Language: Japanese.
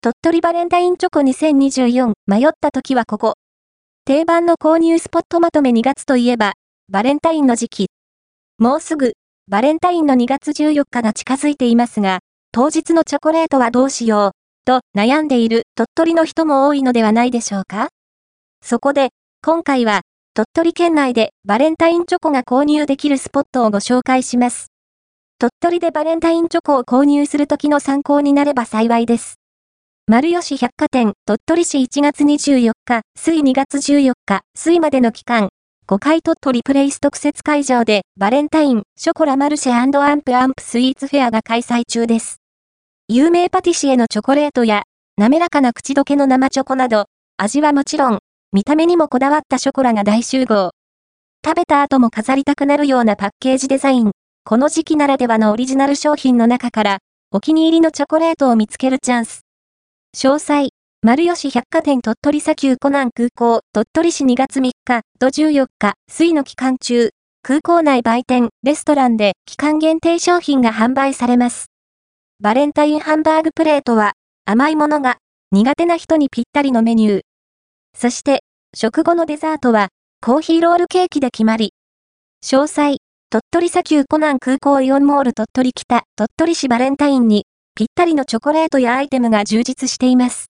鳥取バレンタインチョコ2024迷った時はここ。定番の購入スポットまとめ2月といえば、バレンタインの時期。もうすぐ、バレンタインの2月14日が近づいていますが、当日のチョコレートはどうしよう、と悩んでいる鳥取の人も多いのではないでしょうか。そこで、今回は、鳥取県内でバレンタインチョコが購入できるスポットをご紹介します。鳥取でバレンタインチョコを購入する時の参考になれば幸いです。丸吉百貨店、鳥取市1月24日、水2月14日、水までの期間、5階鳥取プレイス特設会場でバレンタイン、ショコラマルシェ&アンプスイーツフェアが開催中です。有名パティシエのチョコレートや、滑らかな口どけの生チョコなど、味はもちろん、見た目にもこだわったショコラが大集合。食べた後も飾りたくなるようなパッケージデザイン。この時期ならではのオリジナル商品の中から、お気に入りのチョコレートを見つけるチャンス。詳細、丸吉百貨店鳥取砂丘湖南空港、鳥取市2月3日、土14日、水の期間中、空港内売店、レストランで期間限定商品が販売されます。バレンタインハンバーグプレートは、甘いものが苦手な人にぴったりのメニュー。そして、食後のデザートは、コーヒーロールケーキで決まり。詳細、鳥取砂丘湖南空港イオンモール鳥取北、鳥取市バレンタインに、ぴったりのチョコレートやアイテムが充実しています。